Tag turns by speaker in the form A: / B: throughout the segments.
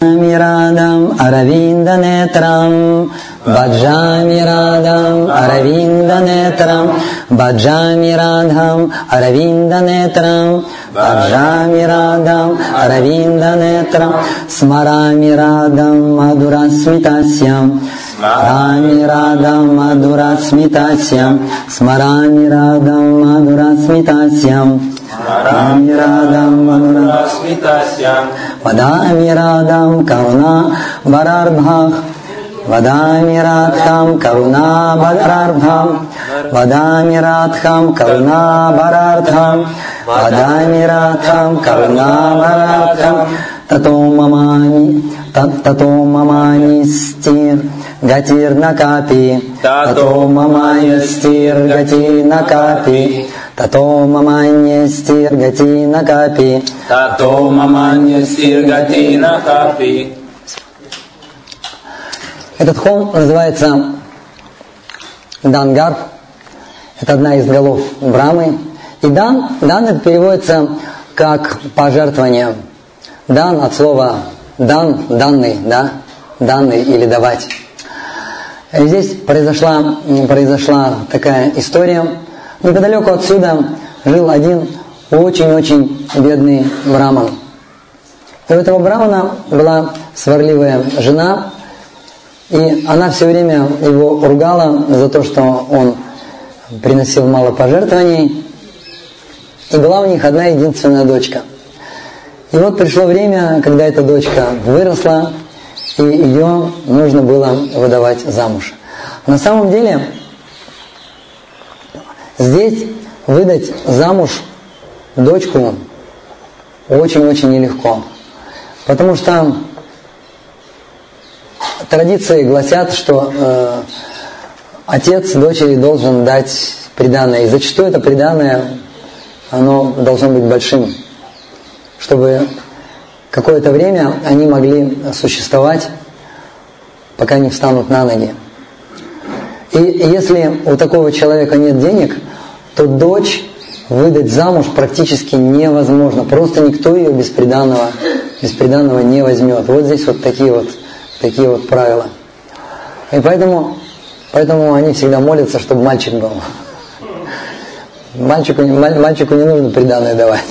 A: Radham Aravinda Netram Bhajami Radham Aravinda Netram Bhajami Radham Aravinda Netram Bhajami Radham Aravinda Netram Smarami Radham Madhurasmitasyam Smarami Radham Madhurasmitasyam Smarami Radham Madhurasmitasyam Vadami Radham Madhurasmitasyam Vadami Radham Karuna Vararbhah Vadami Radham Karuna Vararbham Vadami Radham Karuna Vararbham Vadami Radham Karuna Vararbham Tato mamani stir gatir nakapi Tato mamani stir gatir nakapi Tato mamanya стиргати накапи.
B: Tato mamanya стиргати накапи.
A: Этот хом называется Дангар. Это одна из голов Брамы. И дан это переводится как пожертвование. Дан от слова дан, данный, да? Данный или давать. И здесь произошла такая история. Неподалеку отсюда жил один очень-очень бедный браман. И у этого брамана была сварливая жена, и она все время его ругала за то, что он приносил мало пожертвований. И была у них одна единственная дочка. И вот пришло время, когда эта дочка выросла, и ее нужно было выдавать замуж. На самом деле, здесь выдать замуж дочку очень-очень нелегко. Потому что традиции гласят, что отец дочери должен дать приданое. И зачастую это приданое, оно должно быть большим, чтобы какое-то время они могли существовать, пока не встанут на ноги. И если у такого человека нет денег, то дочь выдать замуж практически невозможно. Просто никто ее без приданого не возьмет. Вот здесь вот такие вот правила. И поэтому они всегда молятся, чтобы мальчик был. Мальчику не нужно приданое давать.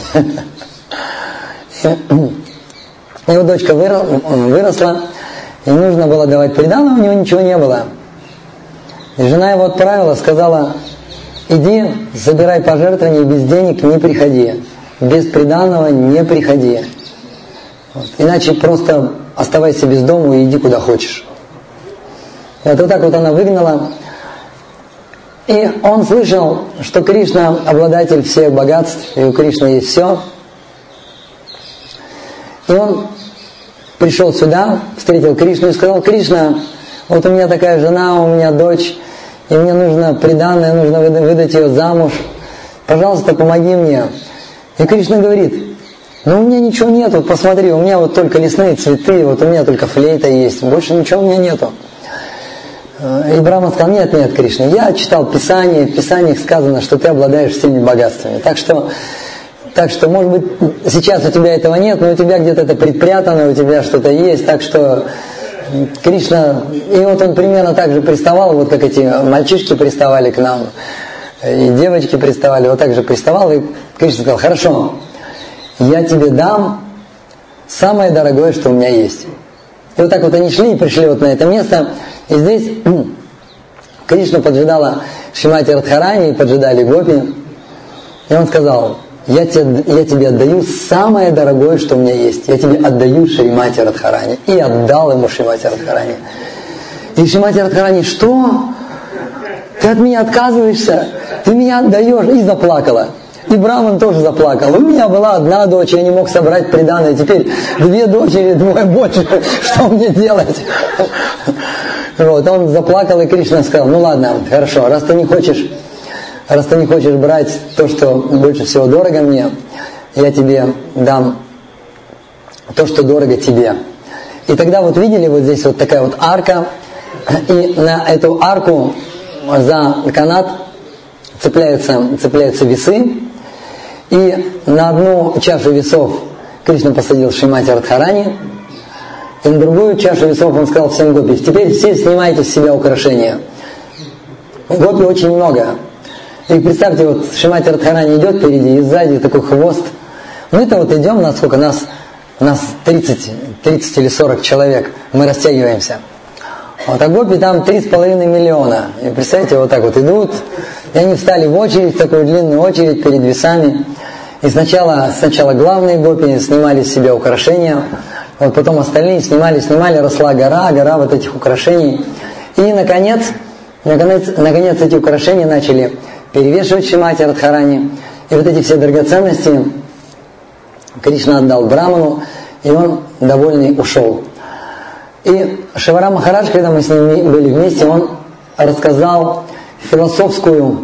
A: Его дочка выросла, и нужно было давать приданое, у него ничего не было. И жена его отправила, сказала: иди, забирай пожертвования, без денег не приходи, без приданого не приходи. Вот. Иначе просто оставайся без дома и иди куда хочешь. И вот так вот она выгнала. И он слышал, что Кришна обладатель всех богатств, и у Кришны есть все. И он пришел сюда, встретил Кришну и сказал: Кришна, вот у меня такая жена, у меня дочь, и мне нужно приданое, нужно выдать ее замуж. Пожалуйста, помоги мне. И Кришна говорит: ну у меня ничего нету, посмотри, у меня вот только лесные цветы, вот у меня только флейта есть, больше ничего у меня нету. И Брахма сказал: нет, Кришна, я читал Писание, в Писаниях сказано, что ты обладаешь всеми богатствами. Так что, может быть, сейчас у тебя этого нет, но у тебя где-то это припрятано, у тебя что-то есть, так что Кришна... И вот он примерно так же приставал, вот как эти мальчишки приставали к нам, и девочки приставали, вот так же приставал, и Кришна сказал: хорошо, я тебе дам самое дорогое, что у меня есть. И вот так вот они шли и пришли вот на это место, и здесь Кришну поджидала Шримати Радхарани, поджидали гопи, и он сказал: я тебе отдаю самое дорогое, что у меня есть. Я тебе отдаю Шримати Радхарани. И отдал ему Шримати Радхарани. И Шримати Радхарани: что? Ты от меня отказываешься? Ты меня отдаешь? И заплакала. И Браман тоже заплакал. У меня была одна дочь, я не мог собрать приданое. Теперь 2 дочери, 2 больше. Что мне делать? Вот, он заплакал, и Кришна сказал: ну ладно, хорошо, раз ты не хочешь брать то, что больше всего дорого мне, я тебе дам то, что дорого тебе. И тогда вот видели, вот здесь вот такая вот арка, и на эту арку за канат цепляются весы, и на одну чашу весов Кришна посадил Шримати Радхарани, И на другую чашу весов он сказал всем гопи: теперь все снимайте с себя украшения. Гопи очень много. И представьте, вот Шримати Радхарани идет впереди, и сзади такой хвост. Мы-то вот идем, насколько нас 30 или 40 человек, мы растягиваемся. Вот, а гопи там 3,5 миллиона. И представьте, вот так вот идут, и они встали в очередь, такую длинную очередь перед весами. И сначала главные гопи снимали с себя украшения, вот потом остальные снимали, росла гора вот этих украшений. И наконец эти украшения начали перевешивать Шримати Радхарани. И вот эти все драгоценности Кришна отдал Браману, и он довольный ушел. И Шиварам Махарадж, когда мы с ним были вместе, он рассказал философскую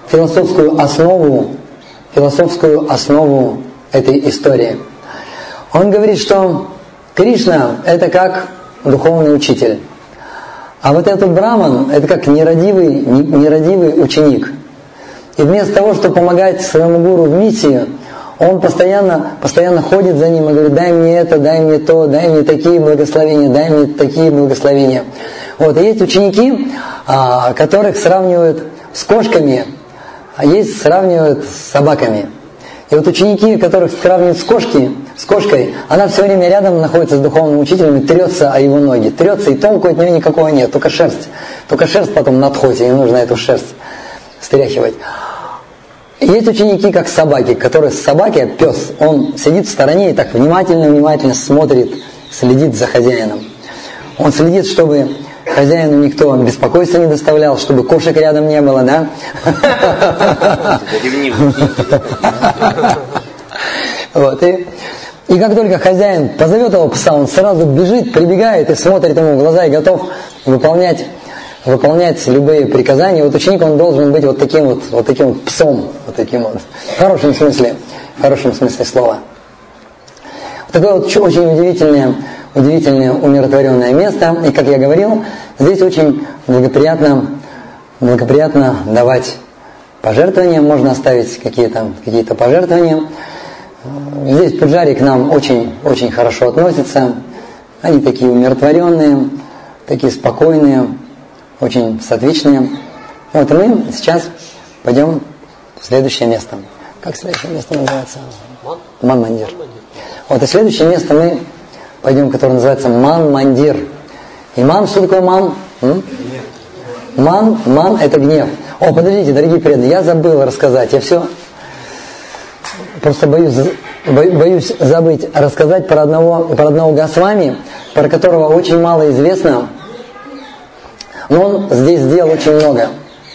A: основу этой истории. Он говорит, что Кришна – это как духовный учитель, а вот этот Браман – это как нерадивый ученик. И вместо того, чтобы помогать своему гуру в миссии, он постоянно ходит за ним и говорит: дай мне это, дай мне то, дай мне такие благословения, дай мне такие благословения. Вот. И есть ученики, которых сравнивают с кошками, а есть сравнивают с собаками. И вот ученики, которых сравнивают с кошкой, она все время рядом находится с духовным учителем и трется о его ноги. Трется, и толку от нее никакого нет, только шерсть. Только шерсть потом на отходе, и нужно эту шерсть стряхивать. Есть ученики, как собаки, которые собаки, пес, он сидит в стороне и так внимательно смотрит, следит за хозяином. Он следит, чтобы хозяину никто беспокойства не доставлял, чтобы кошек рядом не было, да? Вот, и как только хозяин позовет его пса, он сразу бежит, прибегает и смотрит ему в глаза и готов выполнять любые приказания. Вот ученик, он должен быть вот таким вот псом, вот таким вот, в хорошем смысле слова. Такое вот очень удивительное умиротворенное место. И, как я говорил, здесь очень благоприятно давать пожертвования, можно оставить какие-то пожертвования. Здесь пуджари к нам очень хорошо относятся. Они такие умиротворенные, такие спокойные, очень сатвичные. Вот, и мы сейчас пойдем в следующее место. Как следующее место называется? Ман-мандир. Вот, и следующее место мы пойдем, которое называется Ман-мандир. И ман, что такое ман? Ман – это гнев. О, подождите, дорогие преданные, я забыл рассказать. Я все просто боюсь забыть рассказать про одного Госвами, про которого очень мало известно. Но он здесь сделал очень много.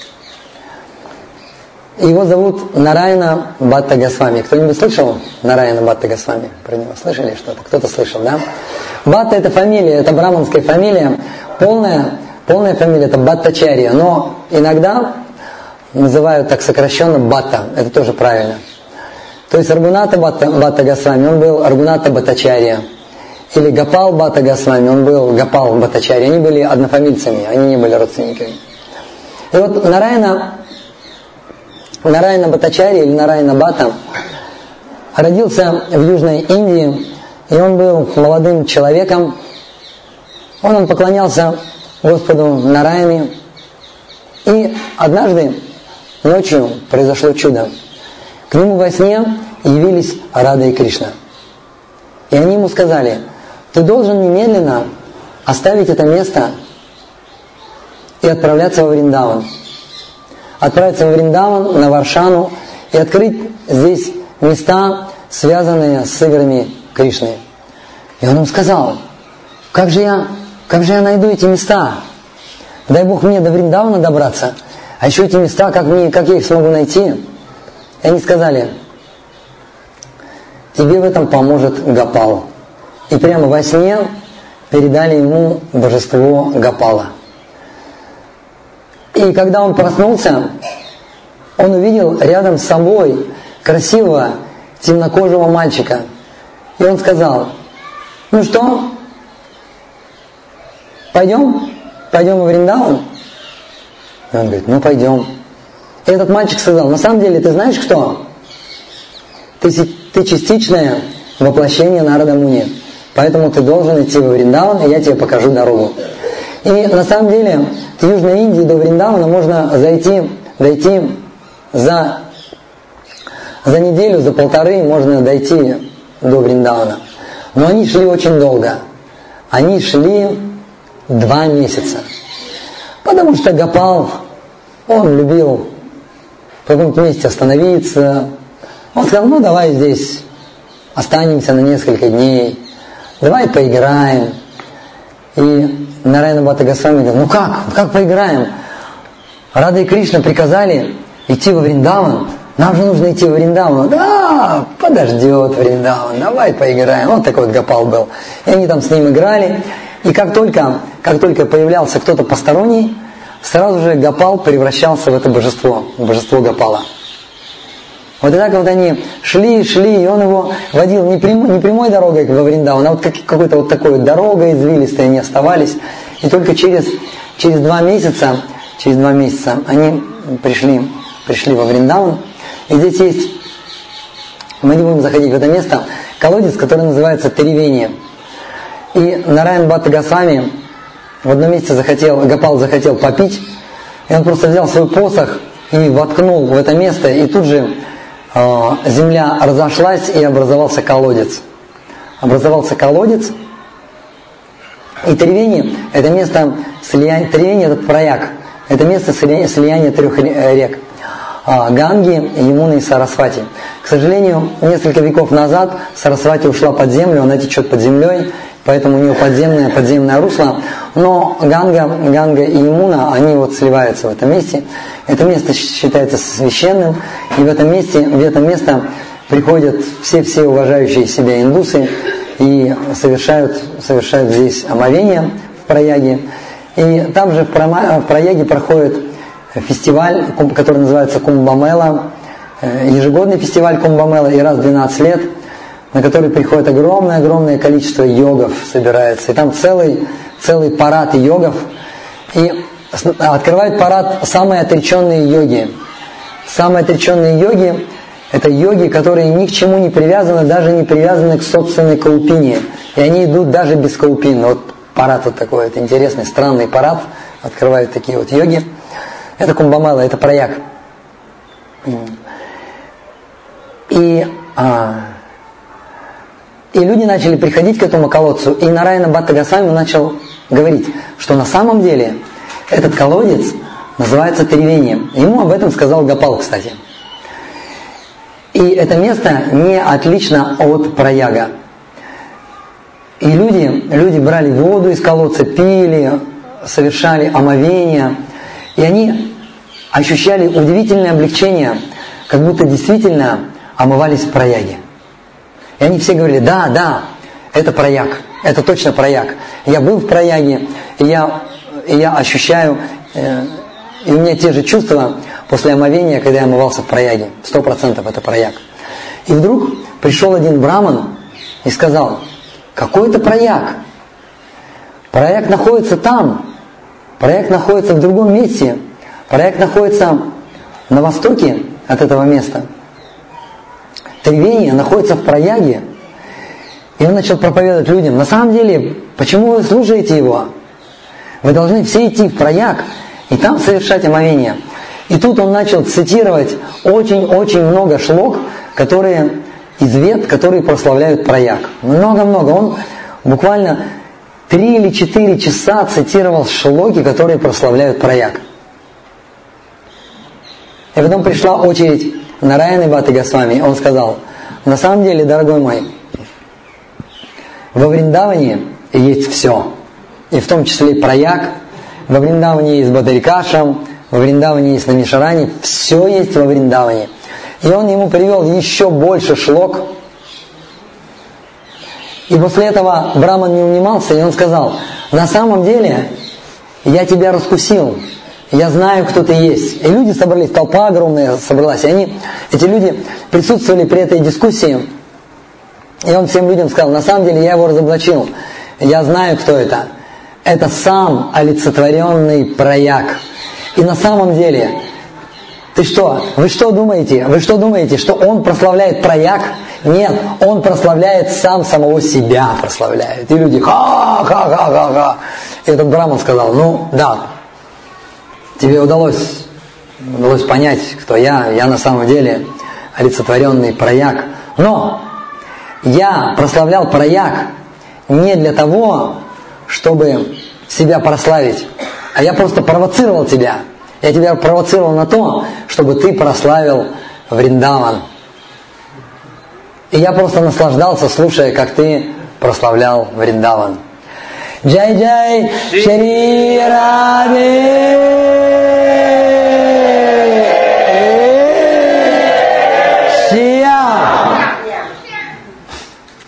A: Его зовут Нараяна Бхатта Госвами. Кто-нибудь слышал Нараяна Бхатта Госвами? Про него слышали что-то? Кто-то слышал, да? Бхатта – это фамилия, это браманская фамилия. Полная фамилия – это Бхаттачарья. Но иногда называют так сокращенно Бхатта. Это тоже правильно. То есть Рагуната Бхатта Госвами, он был Рагуната Бхаттачарья. Или Гопал Бхатта Госвами, он был Гопал Бхаттачарья. Они были однофамильцами, они не были родственниками. И вот Нараяна Бхаттачарья или Нараяна Бхатта родился в Южной Индии, и он был молодым человеком. Он поклонялся Господу Нараяне. И однажды ночью произошло чудо. К нему во сне явились Рада и Кришна. И они ему сказали: ты должен немедленно оставить это место и отправляться во Вриндаван. Отправиться во Вриндаван, на Варшану и открыть здесь места, связанные с играми Кришны. И он им сказал: как же я найду эти места? Дай Бог мне до Вриндавана добраться, а еще эти места, как я их смогу найти? И они сказали: тебе в этом поможет Гопал. И прямо во сне передали ему божество Гопала. И когда он проснулся, он увидел рядом с собой красивого темнокожего мальчика. И он сказал: ну что, пойдем во Вриндаван? И он говорит: ну пойдем. И этот мальчик сказал: на самом деле, ты знаешь кто? Ты частичное воплощение Нарада Муни. Поэтому ты должен идти во Вриндаван, и я тебе покажу дорогу. И на самом деле в Южной Индии до Вриндавана можно дойти за неделю, за полторы можно дойти до Вриндавана. Но они шли очень долго. Они шли 2 месяца. Потому что Гопал, он любил в каком-то месте остановиться. Он сказал, ну давай здесь останемся на несколько дней, давай поиграем. И Нараяна Бхатта Госвами говорит, ну как поиграем? Рада и Кришна приказали идти во Вриндаван, нам же нужно идти во Вриндаван. Да, подождет Вриндаван, давай поиграем. Вот такой вот Гопал был. И они там с ним играли. И как только появлялся кто-то посторонний, сразу же Гопал превращался в это божество Гопала. Вот и так вот они шли, и он его водил не прямой дорогой во Вриндаван, а вот какой-то вот такой вот дорогой извилистой они оставались. И только через 2 месяца они пришли во Вриндаван. И здесь есть, мы не будем заходить в это место, колодец, который называется Тривени. И Нараяна Бхатта Госвами в одном месте Гопал захотел попить, и он просто взял свой посох и воткнул в это место, и тут же земля разошлась, и образовался колодец. И Тривени – это место слияния, Тривени – это прояг, это место слияния 3 рек. Ганги, Ямуны и Сарасвати. К сожалению, несколько веков назад Сарасвати ушла под землю, она течет под землей, поэтому у нее подземное русло. Но Ганга и Ямуна, они вот сливаются в этом месте. Это место считается священным, и в это место приходят все уважающие себя индусы и совершают здесь омовение в Праяге. И там же в Праяге проходит фестиваль, который называется Кумбамела, ежегодный фестиваль Кумбамела, и раз в 12 лет, на который приходит огромное количество йогов, собирается. И там целый парад йогов. И открывает парад самые отреченные йоги. Самые отреченные йоги – это йоги, которые ни к чему не привязаны, даже не привязаны к собственной каупине. И они идут даже без каупин. Вот парад вот такой, это интересный, странный парад. Открывают такие вот йоги. Это Кумбамела, это прояг. И люди начали приходить к этому колодцу, и Нараяна Бхатта Госвами начал говорить, что на самом деле этот колодец называется Тривени. Ему об этом сказал Гопал, кстати. И это место не отлично от прояга. И люди брали воду из колодца, пили, совершали омовение, и они ощущали удивительное облегчение, как будто действительно омывались в прояге. И они все говорили, да, это прояг, это точно прояг. Я был в прояге, и я ощущаю, и у меня те же чувства после омовения, когда я омывался в прояге. 100% это прояг. И вдруг пришел один браман и сказал, какой это прояг? Прояг находится там, прояг находится в другом месте, прояг находится на востоке от этого места. Тривени находится в прояге. И он начал проповедовать людям, на самом деле, почему вы слушаете его? Вы должны все идти в прояг и там совершать омовение. И тут он начал цитировать очень много шлок, которые из вед, которые прославляют прояг. Много-много. Он буквально 3 или 4 часа цитировал шлоки, которые прославляют прояг. И потом пришла очередь Нараяны Бхатты Госвами. Он сказал, на самом деле, дорогой мой, во Вриндаване есть все. И в том числе и прояг. Во Вриндаване есть Бадарикашам, во Вриндаване есть Намишарани. Все есть во Вриндаване. И он ему привел еще больше шлок. И после этого Браман не унимался, и он сказал, на самом деле, я тебя раскусил. Я знаю, кто ты есть. И люди собрались, толпа огромная собралась. И эти люди присутствовали при этой дискуссии. И он всем людям сказал, на самом деле я его разоблачил. Я знаю, кто это. Это сам олицетворенный прояг. И на самом деле Ты что? Вы что думаете? Вы что думаете, что он прославляет Праяг? Нет, он прославляет самого себя, прославляет. И люди ха-ха-ха-ха-ха. И этот браман сказал, ну да, тебе удалось понять, кто я. Я на самом деле олицетворенный Праяг. Но я прославлял Праяг не для того, чтобы себя прославить, а я просто провоцировал тебя. Я тебя провоцировал на то, чтобы ты прославил Вриндаван. И я просто наслаждался, слушая, как ты прославлял Вриндаван. Джай-джай, Шри Радhe.